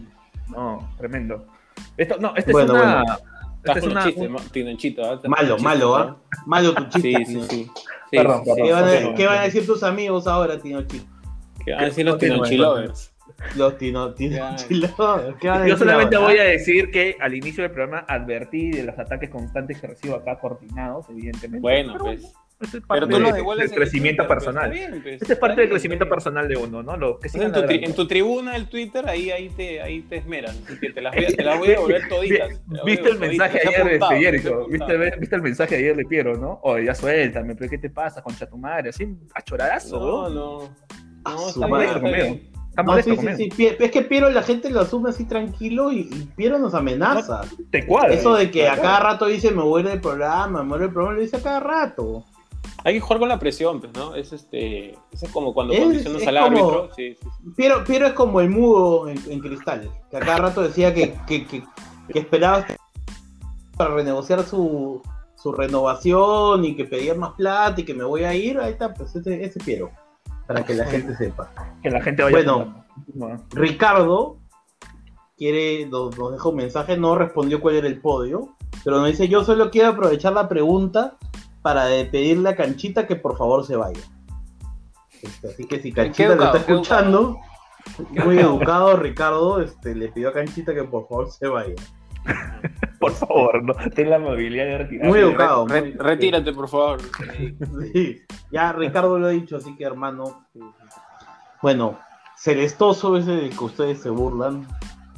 No, tremendo. Esto, no, esta Bueno, es una... bueno. Esta Estás es con una... un chiste, ma- Tinonchito. ¿ah? Estás Malo, con un malo, chiste, ¿ah? Malo tu ¿no? chiste. Sí, sí, Tino. sí. Sí, Perdón, sí, perdón. sí. ¿Qué van, a, Continúa. ¿Qué van a decir tus amigos ahora, Tinochito? ¿Qué van a decir los Continúa, Tinonchilovers? Los Tino, Tinochilos. ¿Qué van a Yo decir solamente ahora? voy a decir que al inicio del programa advertí de los ataques constantes que recibo acá, coordinados, evidentemente. Bueno, Pero pues. Esto es parte Pero tú lo de- devuelves del en el crecimiento Twitter, pues, personal. está bien, pues, Esta es parte está del bien, crecimiento está bien. personal de uno, ¿no? Lo que Entonces, sigan en, tu tri- ladrando. en tu tribuna del Twitter, ahí, ahí, te, ahí te esmeras. Así que te las voy a, te las voy a devolver toditas. te las voy a ¿Viste el devolver mensaje toditas. ayer de Está apuntado, este está Jericho? apuntado. ¿Viste, ¿Viste el mensaje de ayer de Piero, no? Oye, ya suéltame, pero ¿qué te pasa, concha tu madre? Así, a choradazo, No, ¿no? no. A No, su está madre. bien, está conmigo. bien. Está No, molesto sí, sí, conmigo. sí. Pie- Es que Piero la gente lo asume así tranquilo y, y Piero nos amenaza. Te cuadra. Eso de que te a cuadra. cada rato dice me voy a ir del programa, me voy a ir del programa, lo dice a cada rato. Hay que jugar con la presión, pues, ¿no? Es este. Eso es como cuando Es- condicionas es al como- árbitro. Sí, sí, sí. Piero, Piero es como el mudo en, en Cristal, que a cada rato decía que, que, que, que esperaba para renegociar su, su renovación y que pedía más plata y que me voy a ir. Ahí está, pues ese, ese Piero, para que la gente sepa. Que la gente vaya Bueno. apuntando. No. Ricardo quiere, nos, nos deja un mensaje, no respondió cuál era el podio, pero nos dice, yo solo quiero aprovechar la pregunta para de- pedirle a Canchita que por favor se vaya. Este, así que si Canchita lo educado, está qué escuchando, muy educado Ricardo, este, le pidió a Canchita que por favor se vaya. Por favor, no. Ten la amabilidad de retirar. Muy educado. Re- muy- retírate, por favor. Sí, ya Ricardo lo ha dicho, así que hermano. Bueno, Celestoso ese del que ustedes se burlan.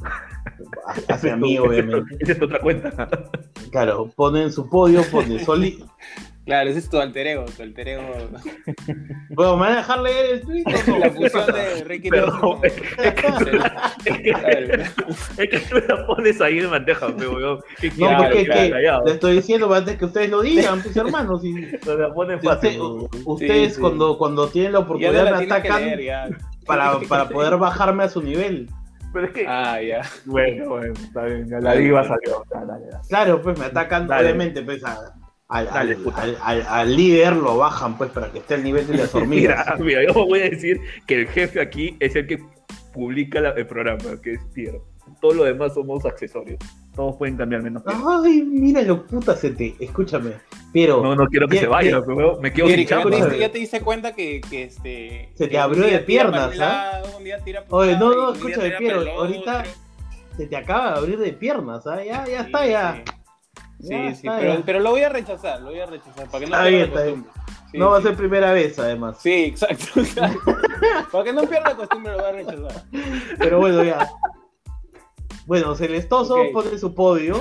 Hacia mí, obviamente. Esa es otra cuenta. Claro, pone en su podio, pone Soli. Claro, ese es tu alter ego, tu alter ego. Bueno, ¿me van a dejar leer el tweet o no? La fusión de Ricky Perdón, Nelson. es que, es que tú la pones ahí en bandeja, pero weón. ¿Qué No, quieres? porque es que Callado. le estoy diciendo antes que ustedes lo digan, pues hermanos. Si, No la pones si fácil. usted- weón. ustedes Sí, sí. Cuando, cuando tienen la Ya oportunidad no la me tienes que atacan leer, ya. para, para poder bajarme a su nivel. Pero es que. Ah, ya. Bueno, bueno, está bien. Ya la diva salió. Dale, dale, dale. Claro, pues me atacan, Dale. obviamente, pues a- al, Dale, al, puta. al- al- al líder lo bajan, pues, para que esté al nivel de las hormigas. Mira, mira, yo voy a decir que el jefe aquí es el que publica la- el programa, que es Piero. Todo lo demás somos accesorios. Todos pueden cambiar menos Piero. Ay, míralo, puta, se te. Escúchame, pero No, no quiero que Bien, se vaya, bien. pero me quedo Oye, sin ¿ya, chamba. te diste- ¿sabes? ya te diste cuenta que, que este. Se te que un abrió día de tira piernas, para un lado, un día tira para un Oye, no, lado no, y un día escúchame, tira Piero, para el ahorita otro. se te acaba de abrir de piernas, ¿ah? Ya, ya Sí, está, ya. Sí, Ya sí, sí, está, pero, ya. pero lo voy a rechazar, lo voy a rechazar, para que no Está pierda bien, la está bien. costumbre. Sí, No va a sí. ser primera vez, además. Sí, exacto. exacto. Para que no pierda la costumbre, lo voy a rechazar. Pero bueno, ya. Bueno, Celestoso Ok. pone su podio.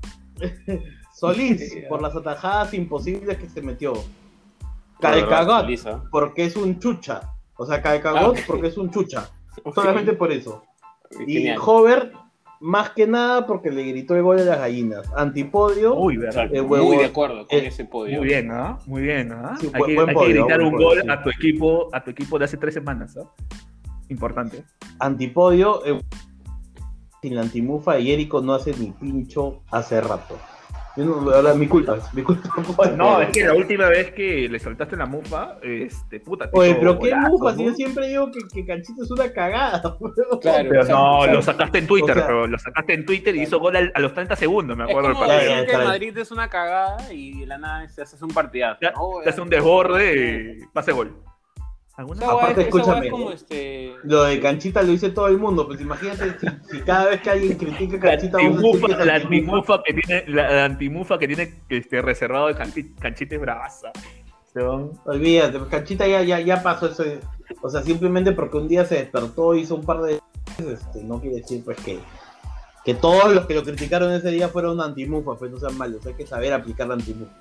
Solís, Sí, ya. por las atajadas imposibles que se metió. La verdad, Caecagot, Lisa. porque es un chucha. O sea, Caecagot Ah. porque es un chucha. Ok. Solamente por eso. Y Genial. Hover, más que nada porque le gritó el gol de las gallinas. Antipodio. Uy, verdad. Exacto, Eh, huevo- muy de acuerdo con eh, ese podio. Muy bien, ¿ah? Muy bien, ¿ah? Sí, hay buen- que, buen hay podio, que gritar buen un podio, gol sí. a tu equipo, a tu equipo de hace tres semanas, ¿ah? Importante. Antipodio. eh, sin la antimufa y Érico no hace ni pincho hace rato. Yo no, ahora, mi culpa, es mi culpa. No, es que la última vez que le soltaste la mufa, este, puta, te Oye, hizo pero qué golazo, mufa, ¿no? si yo siempre digo que, que Canchito es una cagada. Claro. Pero O sea, no, o sea, lo sacaste en Twitter, o sea- pero lo sacaste en Twitter y hizo gol al- a los treinta segundos, me Es acuerdo como del Ya, partido. ya, decir que está el bien. Madrid es una cagada y de la nada se hace un partidazo. Ya, ¿no? te hace un desborde y pase gol. ¿Alguna? Esa hueá Aparte, es- esa hueá escúchame. es como este... Lo de Canchita lo dice todo el mundo, pues imagínate si, si cada vez que alguien critica a La Canchita vamos a decir antimufa, que es la antimufa. antimufa que tiene, la, la antimufa que tiene este, reservado de Canchi- Canchita es bravaza. Son- Olvídate, pues Canchita ya, ya, ya pasó eso. O sea, simplemente porque un día se despertó, hizo un par de veces, este, no quiere decir pues que, que todos los que lo criticaron ese día fueron antimufa, pues no sean malos, hay que saber aplicar la antimufa.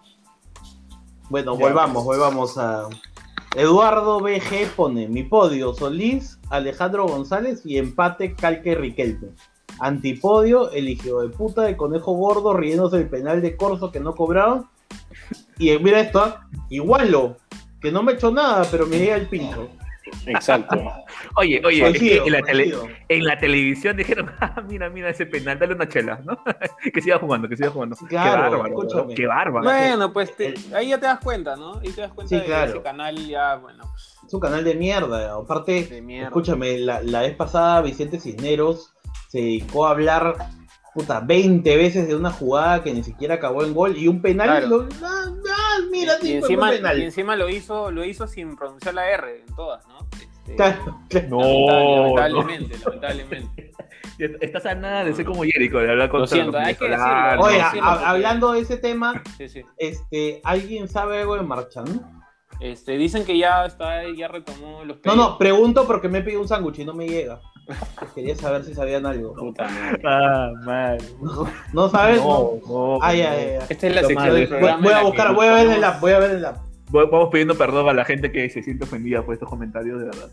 Bueno, Ya, volvamos, volvamos a... Eduardo B G pone mi podio, Solís, Alejandro González y empate Calque Riquelme. Antipodio, el hijo de puta de Conejo Gordo riéndose del penal de Corso que no cobraron. Y eh, mira esto, ¿ah? Igualo, que no me echó nada, pero me llega el pincho. Exacto. Oye, oye, Coincido, es que en la, tele- coincido. en la televisión dijeron, ah, mira, mira ese penal, dale una chela, ¿no? que siga jugando, que siga jugando. Claro, qué bárbaro, escúchame. ¿no? Qué bárbaro. Bueno, pues te- ahí ya te das cuenta, ¿no? Ahí te das cuenta Sí, de que claro. ese canal ya, bueno, pues, Es un canal de mierda. Aparte, de mierda. escúchame, la, la vez pasada Vicente Cisneros se dedicó a hablar puta veinte veces de una jugada que ni siquiera acabó en gol y un penal. Claro. Lo, ah, ah, mira, y, sí, y fue un encima, penal. y encima lo hizo, lo hizo sin pronunciar la R en todas, ¿no? Este, Claro, claro. No, lamentablemente, lamentablemente. Estás a nada de ser como Jericho, de hablar con Lo siento, hay que decirlo. venezolanos. Oye, no, a- sí, a- porque- hablando de ese tema, Sí, sí. este, ¿alguien sabe algo de Marchand? Este, dicen que ya está, ya retomó los No, pedidos. no, pregunto porque me pidió un sándwich y no me llega. Quería saber si sabían algo. Puta madre. Ah, mal. ¿No sabes? No, no, Ah, ya, no. ya, ya. Esta es la Lo sección malo, del voy- programa. Voy en a la buscar, que voy a ver en el ponemos- app, voy a ver en el app. Vamos pidiendo perdón a la gente que se siente ofendida por estos comentarios, de verdad.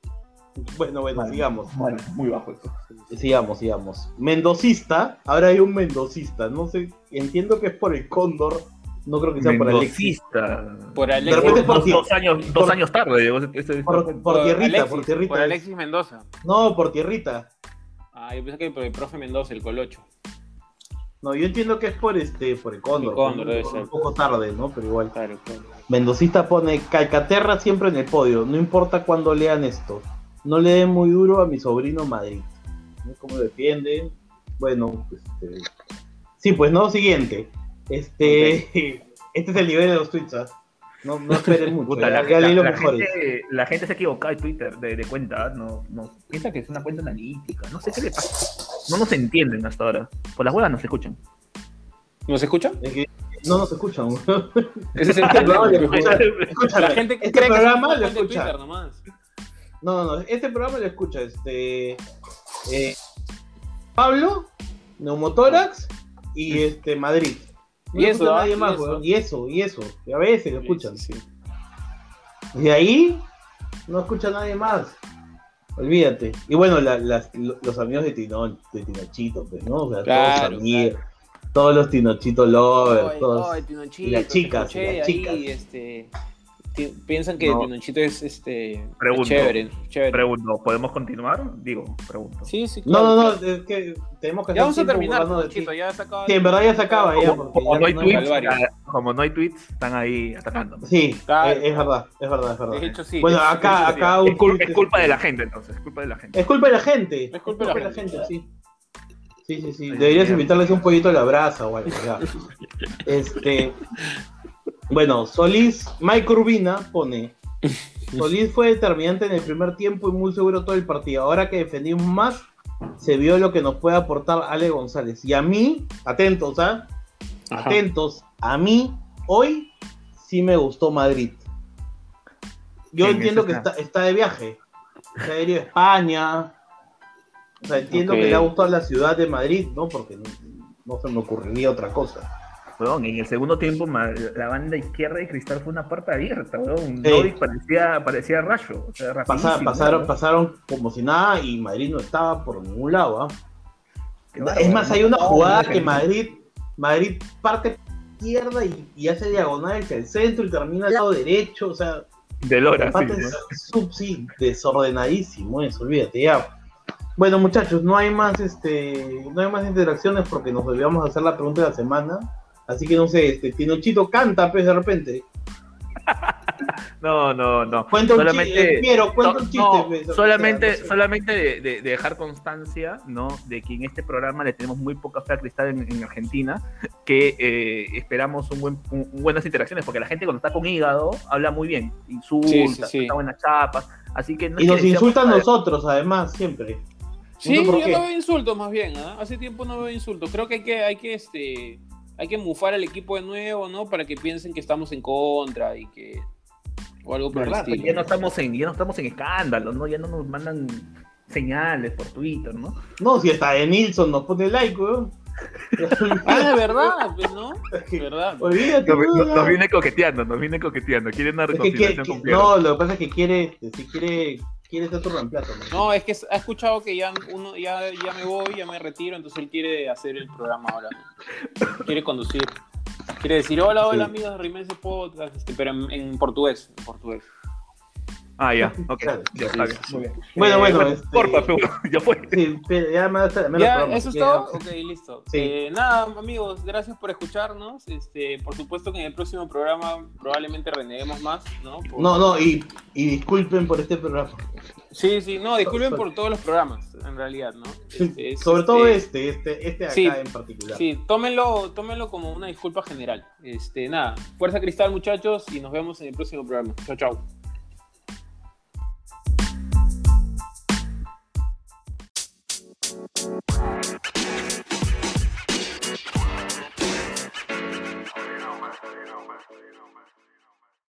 Bueno, bueno, Vale. sigamos. Vale, muy bajo esto. Sigamos, sigamos. Mendocista, ahora hay un mendocista, no sé, entiendo que es por el Cóndor, no creo que sea por Alexis. Mendocista. Por De Alexis, repente es por dos, ti- dos años, dos por- años tarde llegó ese, ese- Por, ese- por tierrita, Alexis, por tierrita. por Alexis Mendoza. No, por tierrita. Ah, yo pensé que por el profe Mendoza, el Colocho. No, yo entiendo que es por este, por el Cóndor. El Cóndor un, debe ser. un poco tarde, ¿no? Pero igual. Claro, claro. Mendocista pone Calcaterra siempre en el podio, no importa cuándo lean esto. No le den muy duro a mi sobrino Madrid. ¿No? ¿Cómo defienden? Bueno, este... sí, pues no, siguiente. Este, este es el nivel de los tweets, ¿ah? No, no esperen mucho. Puta, ya, la, ya la- leí los la mejores. gente, la gente se ha equivocado de Twitter, de, de cuenta, no, no, piensa que es una cuenta analítica, no sé qué le pasa. No nos entienden hasta ahora. Por las huevas no se escuchan. ¿Nos escucha? Es que no nos escuchan. Ese es el No, problema. le escucha- escúchame, La gente este cree que programa somos lo cuenta de escucha. Twitter nomás. No, no, no, este programa lo escucha este eh, Pablo, Neumotórax y este Madrid. No Y lo eso, escucha ah, nadie y más, eso. weón. Y eso, y eso. Y a veces lo escuchan. Sí, sí. Y de ahí no escucha nadie más. Olvídate. Y bueno, la- las- lo- los amigos de, Tino, de Tinochito, pues, ¿no? O sea, Claro, todos amigos, todos los Tinochito lovers, Ay, todos. ay, Tinochito, y las chicas, te y escuché las chicas. ahí, este, ti- piensan que No. Tinochito es este Pregunto. chévere, chévere. Pregunto, ¿podemos continuar? Digo, pregunto. Sí, sí, No, claro, no, no, claro. es que tenemos que Ya vamos a tiempo terminar, burlando de ti. Tinochito, ya se acaba. Sí, en verdad ya se acaba, ya. Como, porque como ya no hay no- tweets, calvario. ah, como no hay tweets, están ahí atacando. Sí, Claro, es, es claro. verdad, es verdad, es verdad. De hecho, sí. Bueno, es- acá, es- acá Es, un cul- tweet es culpa de la gente, entonces, es culpa de la gente. Es culpa de la gente. Es culpa de la gente, sí. Sí, sí, sí. Ay, Deberías mierda. invitarles un pollito a la brasa o algo. ya. Este. Bueno, Solís, Mike Urbina pone. Solís fue determinante en el primer tiempo y muy seguro todo el partido. Ahora que defendimos más, se vio lo que nos puede aportar Ale González. Y a mí, atentos, ¿ah? Ajá. Atentos, a mí, hoy sí me gustó Madrid. Yo Sí, entiendo eso que está. está, está de viaje. Se ha ido a España. O sea, entiendo Ok. que le ha gustado la ciudad de Madrid, ¿no? Porque no, no se me ocurriría otra cosa. Weón, en el segundo tiempo ma- la banda izquierda de Cristal fue una puerta abierta, weón. Sí. Novik parecía, parecía rayo. O sea, Pasa- rapidísimo, pasaron, ¿no? pasaron como si nada y Madrid no estaba por ningún lado. ¿ah? Qué bárbaro, Es más, ¿no? hay una No, jugada no, que no. Madrid, Madrid parte izquierda y, y hace diagonal hacia el centro y termina al lado derecho. O sea, De Lora, el sí. empate ¿no? es sub, sí, desordenadísimo eso, olvídate ya. Bueno, muchachos, no hay más este, no hay más interacciones porque nos olvidamos de hacer la pregunta de la semana. Así que no sé, este, Tinochito canta, pues de repente. No, no, no. Cuenta un Solamente- chiste, Piero, cuenta No, un chiste. no, pues, o solamente, sea, no sé. solamente de, de- de dejar constancia, ¿no? De que en este programa le tenemos muy poca fe a Cristal en, en Argentina, que eh, esperamos un buen, un- buenas interacciones, porque la gente cuando está con hígado habla muy bien, insulta, Sí, sí, sí. está buenas chapas, así que no Y es que nos seamos- insultan nosotros, además, siempre. Sí, No sé por yo qué. no veo insultos más bien, ¿ah? Hace tiempo no veo insultos. Creo que hay que, hay que, este, hay que mufar al equipo de nuevo, ¿no? Para que piensen que estamos en contra y que o algo por el ¿verdad? Pues estilo. ya no estamos en, ya no estamos en escándalos, ¿no? Ya no nos mandan señales por Twitter, ¿no? No, si hasta de Nilsson nos pone like, weón. Ah, de verdad, pues, ¿no? De verdad. Olvídate, Nos, weón, nos- ya. nos viene coqueteando, nos viene coqueteando, quiere una Es que quiere- reconciliación que- con Piero. no, lo que pasa es que quiere, este, si quiere, quiere ser tu reemplazo. ¿no? No, es que ha escuchado que ya uno ya, ya me voy, ya me retiro, entonces él quiere hacer el programa ahora. ¿no? Quiere conducir. Quiere decir, hola, hola Sí. amigos de Rimense Podcast, este, pero en, en portugués, en portugués. Ah, ya, ok. Claro. Ya está bien, muy bien. Bueno, Eh, bueno, este- Corta, pero ya fue. Sí, pero ya me vas a- menos ¿Ya? programa, ¿Eso es así todo? que- Ok, listo. Sí. Eh, nada, amigos, gracias por escucharnos. Este, por supuesto que en el próximo programa probablemente reneguemos más, ¿no? Por- No, no, y, y disculpen por este programa. Sí, sí, no, disculpen So- por todos los programas, en realidad, ¿no? Este, es, Sobre todo este, este, este, este de acá sí, en particular. Sí, tómenlo, tómenlo como una disculpa general. Este, nada, fuerza cristal, muchachos, y nos vemos en el próximo programa. Chao, chao.